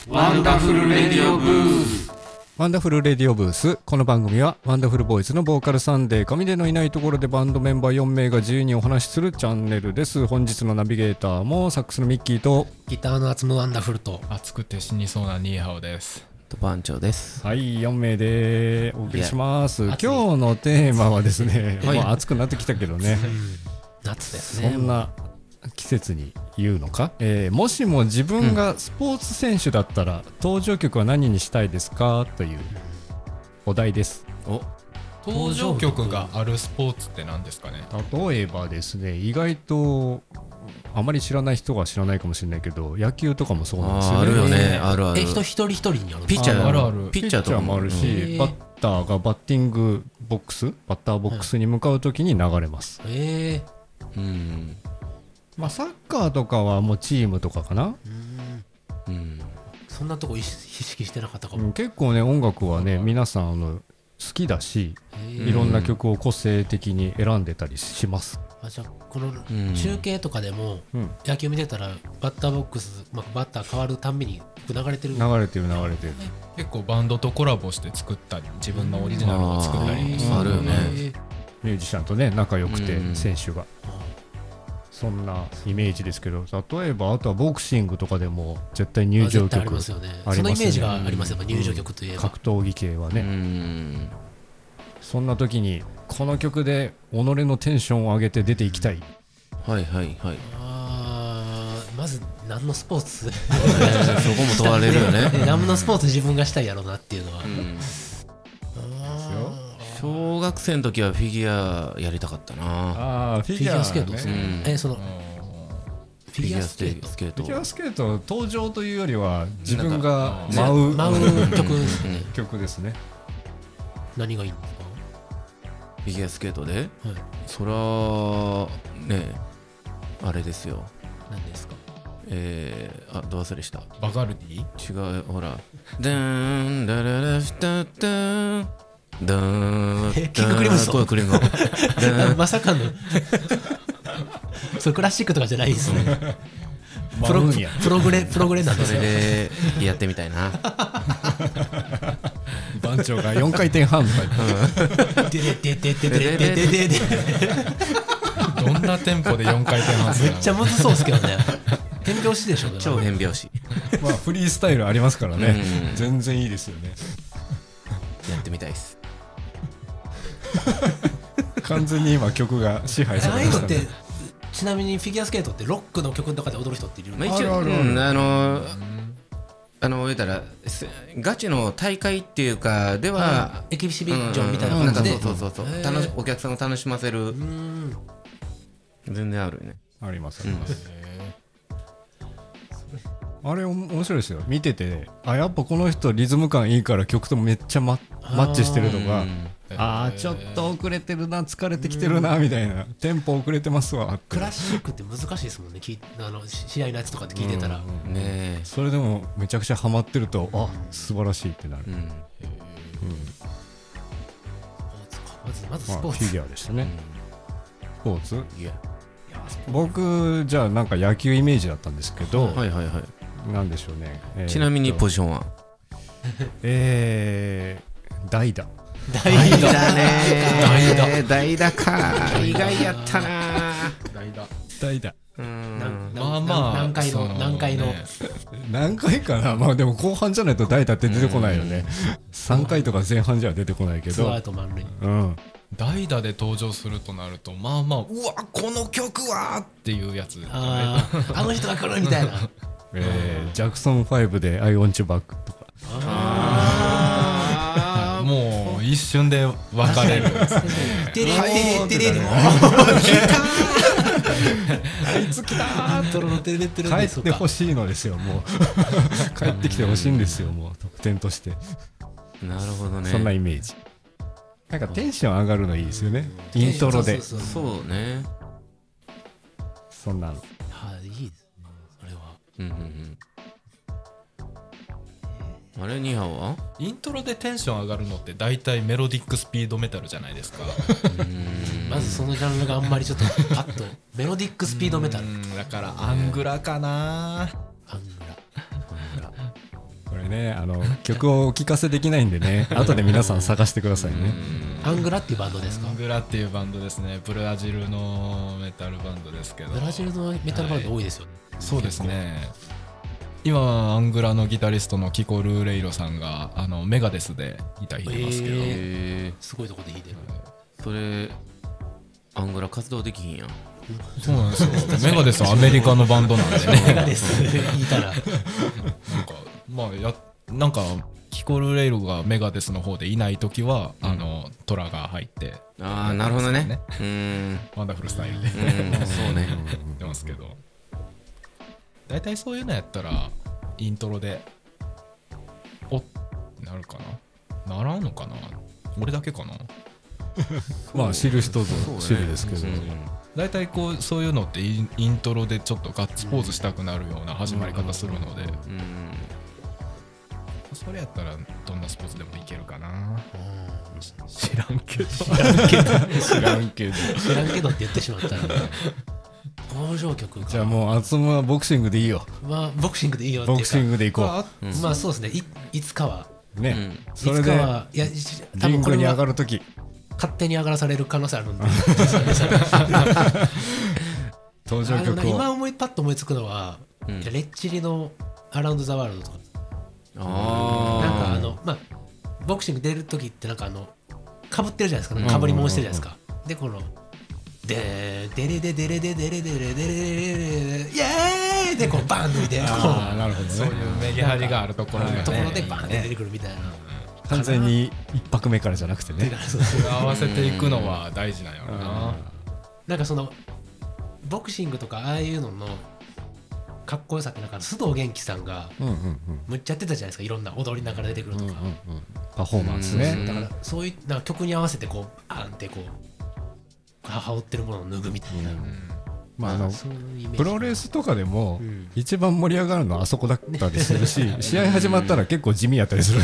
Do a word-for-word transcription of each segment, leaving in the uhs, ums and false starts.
ワンダフルレディオブース。 ワンダフルレディオブース。この番組はワンダフルボーイズのボーカルサンデー神でのいないところでバンドメンバーよん名が自由にお話しするチャンネルです。本日のナビゲーターもサックスのミッキーとギターのアツムワンダフルと熱くて死にそうなニーハオです。 番長です。 はい、よん名でお送りします。今日いやのテーマはですね、 はいまあ、暑くなってきたけどね、 夏ですね。 そんな季節に言うのか、えー、もしも自分がスポーツ選手だったら、うん、登場曲は何にしたいですかというお題です。 お登場曲があるスポーツって何ですかね。 例えばですね、意外とあまり知らない人は知らないかもしれないけど、野球とかもそうなんですよね。 あ, あるよね、あるある。 え、人一人一人にあるピッチャーあるあるピッチャーとかもあるし、バッターがバッティングボックスバッターボックスに向かうときに流れます。 えー、うんまあ、サッカーとかはもうチームとかかな。 うん、うん、そんなとこ意識してなかったかも、 うん、結構ね、音楽はね皆さんあの好きだし、いろんな曲を個性的に選んでたりします。 あ、じゃあこの中継とかでも、うん、野球見てたらバッターボックス、まあ、バッター変わるたんびに流れてる流れてる流れてる。 結構バンドとコラボして作ったり自分のオリジナルを作ったりあるよね。 ミュージシャンとね仲良くて選手が、そんなイメージですけど、例えばあとはボクシングとかでも絶対入場曲ありますよね。 そのイメージがありますよ、入場曲といえば格闘技系はね。うん、そんな時にこの曲で己のテンションを上げて出ていきたい。 はいはいはい。 あ、まず何のスポーツそこも問われるよね。 何のスポーツ自分がしたいやろうなっていうのは、うん、 小学生の時はフィギュアやりたかったな。 あ、フィギュアスケートですね、うん、えそのフィギュアスケートフィギュアスケート登場というよりは自分が舞う曲ですね。 曲ですね。 何がいいんですかフィギュアスケートで、はい、そらねあれですよ。 何ですか。 えー、あ、ど忘れした。 バガルディ違う、ほらダーンダララスタッターンダーンキングクリムゾンクリムゾンまさかのそれクラシックとかじゃないですね。プロ、プログレプログレなんですよ。 それでやってみたいな。 番長がよんかいてん半とかでででででででででどんなテンポでよんかいてん半めっちゃむずそうですけどね。変拍子でしょ。 超変拍子。 まあフリースタイルありますからね、全然いいですよね。 やってみたいです。 完全に今曲が支配されましたね。 ちなみにフィギュアスケートってロックの曲とかで踊る人っているんですか。 一応、うん、あのあの言うたらガチの大会っていうかではエキシビジョンみたいな感じで、 そうそうそうそう、楽しお客さんを楽しませる。全然あるよね。 ありますあります。あれ面白いですよ、見てて。あ、やっぱこの人リズム感いいから曲とめっちゃ マ, マッチしてるとか、あーちょっと遅れてるな、疲れてきてるなみたいな、テンポ遅れてますわ。 クラシックって難しいですもんね。あの試合のやつとかって聞いてたら、 うんうん、ね、それでもめちゃくちゃハマってると、あ、素晴らしいってなる。うんうん、 まずまずスポーツ、 まあ、フィギュアでしたね、うん、スポーツ。いや僕じゃあなんか野球イメージだったんですけど、 はいはいはい、 なんでしょうね、えー、 ちなみにポジションはえー、代打。 代打ね。代打か。意外やったな。 代打。 代打。 うん、 まあまあ何回の何回の何回かな。まあでも後半じゃないと代打って出てこないよね。さんかいとか前半じゃ出てこないけど。 ツーアウト満塁。 うん。 代打で登場するとなると、まあまあ、うわこの曲はっていうやつ。 ああの人が来るみたいな。 えー、ジャクソンファイブで I Want You Back とか。 あもう一瞬で分かれる。 テレテレテレもあいつ来たー。 トロのテレテレ帰ってほしいのですよ。もう帰ってきてほしいんですよ。もう得点として。 なるほどね。 そんなイメージ。なんかテンション上がるのいいですよね。イントロで。 そうそうそう、そうね。 そんなの。 はい、いいですね。それは。 うんうんうん。あれニハオはイントロでテンション上がるのって大体メロディックスピードメタルじゃないですか。 うんまずそのジャンルがあんまりちょっとパッとメロディックスピードメタルだからアングラかな。 アングラアングラね、あの曲をお聴かせできないんでね、後で皆さん探してくださいね。 アングラっていうバンドですか？ アングラっていうバンドですね。ブラジルのメタルバンドですけど。 ブラジルのメタルバンド多いですよね。 そうですね。今アングラのギタリストのキコ・ルーレイロさんがあのメガデスでギター弾いてますけど、 へえすごいとこで弾いてる。 ー、それアングラ活動できひんやん。 そうなんですよ。メガデスはアメリカのバンドなんでね。 メガデス弾いたらなんかまあやなんかキコ・ルーレイロがメガデスの方でいないときは、うん、あのトラが入ってああなるほどね。 ねうーんワンダフルスタイルでうんそうね出ますけど、大体そういうのやったらイントロでおなるかなならんのかな俺だけかなまあ知る人ぞ知るですけど、 大体こうそういうのってイン、イントロでちょっとガッツポーズしたくなるような始まり方するので、 うんそれやったらどんなスポーツでもいけるかな。 知らんけど知らんけど知らんけど知らんけどって言ってしまったら登場曲か。 じゃあもうアツムはボクシングでいいよ。 まあボクシングでいいよっていうか、 ボクシングでいこまあ、まあそうですね。いいつかはうね、 うんそれでいつかはいや多リングに上分これはがるとき勝手に上がらされる可能性あるんで登場あでもな曲を今思いパッと思いつくのは、 うんレッチリのアラウンドザワールドとかあなんかあのまあボクシング出るときってなんかあのかぶってるじゃないですか。かぶり物してるじゃないですか。でこのでデレデデレデデレデレデレデレイエーイでこうバーン抜いてこああなるほどそういね。 うメリハリがあるところがねうところでバーンって出てくるみたいな。 完全に一拍目からじゃなくてね。 そうそう合わせていくのは大事なんやろな。 なんかそのボクシングとかああいうののかっこよさってなんか須藤元気さんがうんうんうんむっちゃやってたじゃないですか。いろんな踊りながら出てくるとか、 うんうんうんパフォーマンスうんね。 だからそういうなんか曲に合わせてこうバーンってこう羽織ってるものを脱ぐみたいな、 まああのそういうイメージ。 プロレスとかでもうん一番盛り上がるのはあそこだったりするし、試合始まったら結構地味やったりする。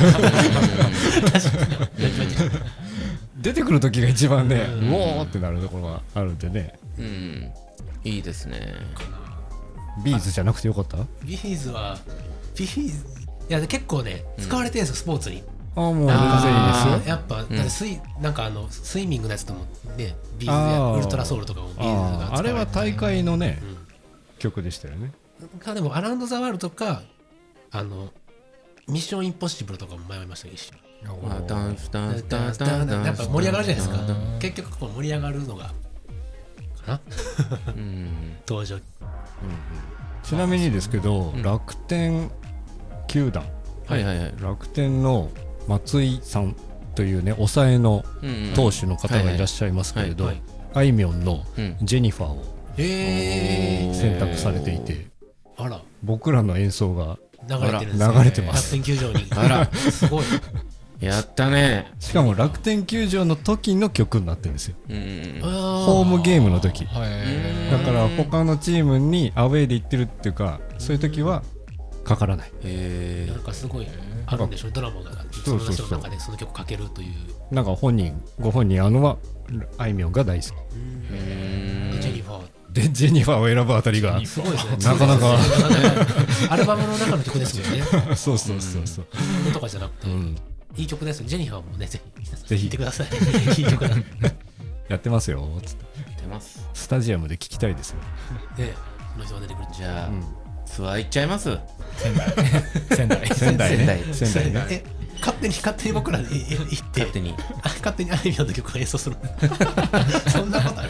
出てくる時が一番ね、うおーってなるところがあるんでね。 うんいいですね。 ビーズじゃなくてよかった？あビーズはビーズいや結構ね使われてるんですよ、スポーツに。 あもう全然いいですよ。 やっぱ、だってスイなんかあのスイミングのやつともねビーズやあーウルトラソウルとかもビーズが使われてあーあれは大会のねうん曲でしたよね。 かでもアラウンド・ザ・ワールドとかあのミッション・インポッシブルとかも迷いましたけど一緒あダンスダンスダンスダンスダンスやっぱ盛り上がるじゃないですか。 うん結局こう盛り上がるのがかなうん登場。 ちなみにですけど、楽天球団、 はいはいはい楽天の松井さんというね抑えの投手の方がいらっしゃいますけれど、 はいはいあいみょんのうんジェニファーをえー、 選択されていて、 あら僕らの演奏が流れてるんですね。 流れてます楽天球場に。 あらすごい。 やったね。 しかも楽天球場の時の曲になってるんですよ。 うんホームゲームの時はいだから他のチームにアウェーで行ってるっていうか、そういう時はかからない。 へなんかすごいあるんでしょう、ドラマがその人の中でその曲かけるという。 なんか本人ご本人あのはあいみょんが大好きえジェニファーでジェニファーを選ぶあたりがすごいですね。 なかなかアルバムの中の曲ですもんね。 そうそうそうそう、 とかじゃなくて、 うん、 いい曲ですよ。ジェニファーもね、ぜひぜひ聴いてください。いい曲なんで。 やってますよつって出ます。 スタジアムで聴きたいですよ、 で、この人が出てくるんでじゃあ、 うん、 ツアー行っちゃいます。 仙台仙台仙台ね仙仙台ねえ、勝手に勝手に僕らで行って勝手に。 あ勝手にあいみょんの曲を演奏する。そんなことある？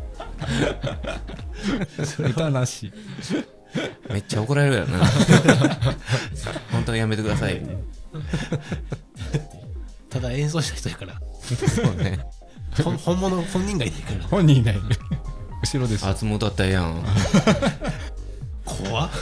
歌なしめっちゃ怒られるやろな。本当にやめてください。 ただ演奏した人やから、 そうね。 ほん本物本人がいないから。 本人いない後ろです。 厚元だったらええやん。 怖っ。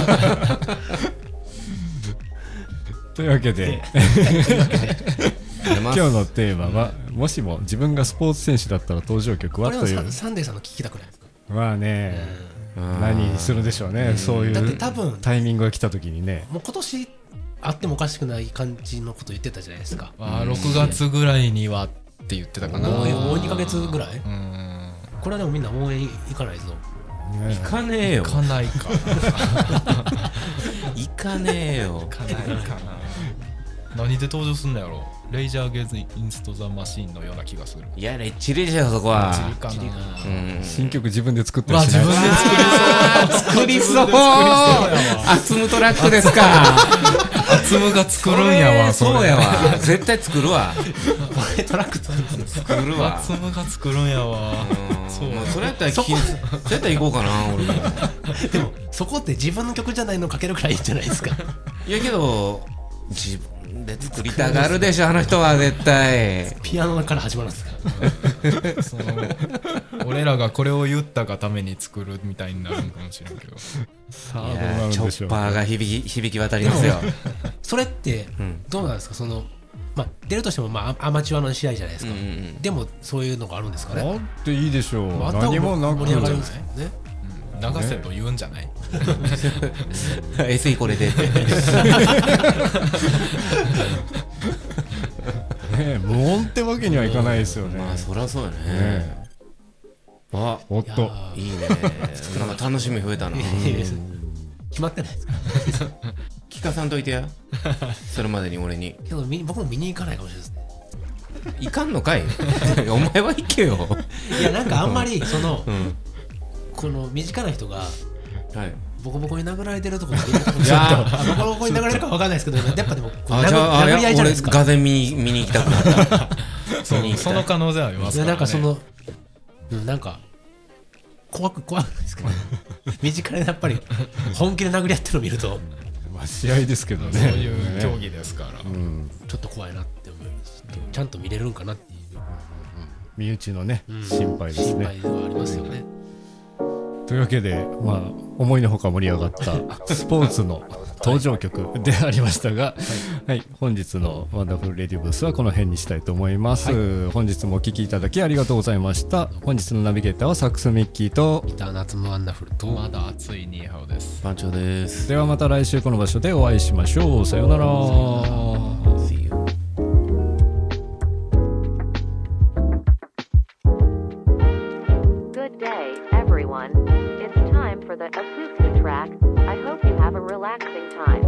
というわけで出ます。 今日のテーマは、もしも自分がスポーツ選手だったら登場曲これははというササンデーさんの聞きたくないですか？ まあね、 うん何するでしょうね、そういだってう多分タイミングが来た時にね。 もう今年あってもおかしくない感じのこと言ってたじゃないですか。 あろくがつぐらいにはって言ってたかな。 もうもうにかげつぐらい？ うんこれはでもみんな応援行かないぞ。 ね行かねえよ行。かないか行かねえよ。 行かないかな。 何で登場すんのやろ。レイジャーゲーズインストザマシーンのような気がする。 いやレッチリでしょそこは。 チリかな。 うん新曲自分で作ったまありしない自分で作りそう。 作りそうアツムトラックですか。 アツムが作るんやわ。 それそうやわ絶対作るわ俺トラック作るんですよ。 作るわアツムが作るんやわ。 そうもうそれやったら聞きそれやったら行こうかな俺も。 でもそこって自分の曲じゃないのかけるくらいいいんじゃないですか。 いやけど自分で作りたがるでしょあの人は絶対。 ピアノから始まるんですか。 その俺らがこれを言ったがために作るみたいになるんかもしれんけど。 さあいどうなるんでしょうやチョッパーが響き響き渡りますよ。 それってうんどうなんですか。そのまあ出るとしてもまあアマチュアの試合じゃないですか。 うんうんうんでもそういうのがあるんですかね。 あっていいでしょう、 まああった方が何もなく盛り上がるんですよね。 流せと言うんじゃない。 エスイー これでってね無音ってわけにはいかないですよね、 まあそりゃそうやねねあおっといやーいいねなんか楽しみ増えたな。 いいです決まってないですか。 聞かさんといてやそれまでに俺に。 けど見僕も見に行かないかもしれないですね。 いかんのかいお前は行けよ。 いやなんかあんまりそのうんこの身近な人がはいボコボコに殴られてるところ見るといやあボコボコに殴られるかわかんないですけどやっぱでもこう殴あじゃああ殴り合いじゃない俺ですか。 がぜ見に見に行きたくなったそう見に行きたいその可能性はありますいからね。 やなんかそのうんなんか怖く怖くないですけど身近でやっぱり本気で殴り合ってるのを見るとまあ試合ですけどねそういう競技ですから。 うんちょっと怖いなって思いますちゃんと見れるんかなっていう身内のね、 うん心配です心ね配ではありますよね。 というわけで、まあ、思いのほか盛り上がったスポーツの登場曲でありましたが、はいはい、本日のワンダフルレディブースはこの辺にしたいと思います、本日もお聴きいただきありがとうございました。本日のナビゲーターはサックスミッキーと、 ギター夏のワンダフルとまだ熱いニーハオです。 番長です。 ではまた来週この場所でお会いしましょう。さようなら。 See you. Good day, everyone. It's time for the Asuka track. I hope you have a relaxing time.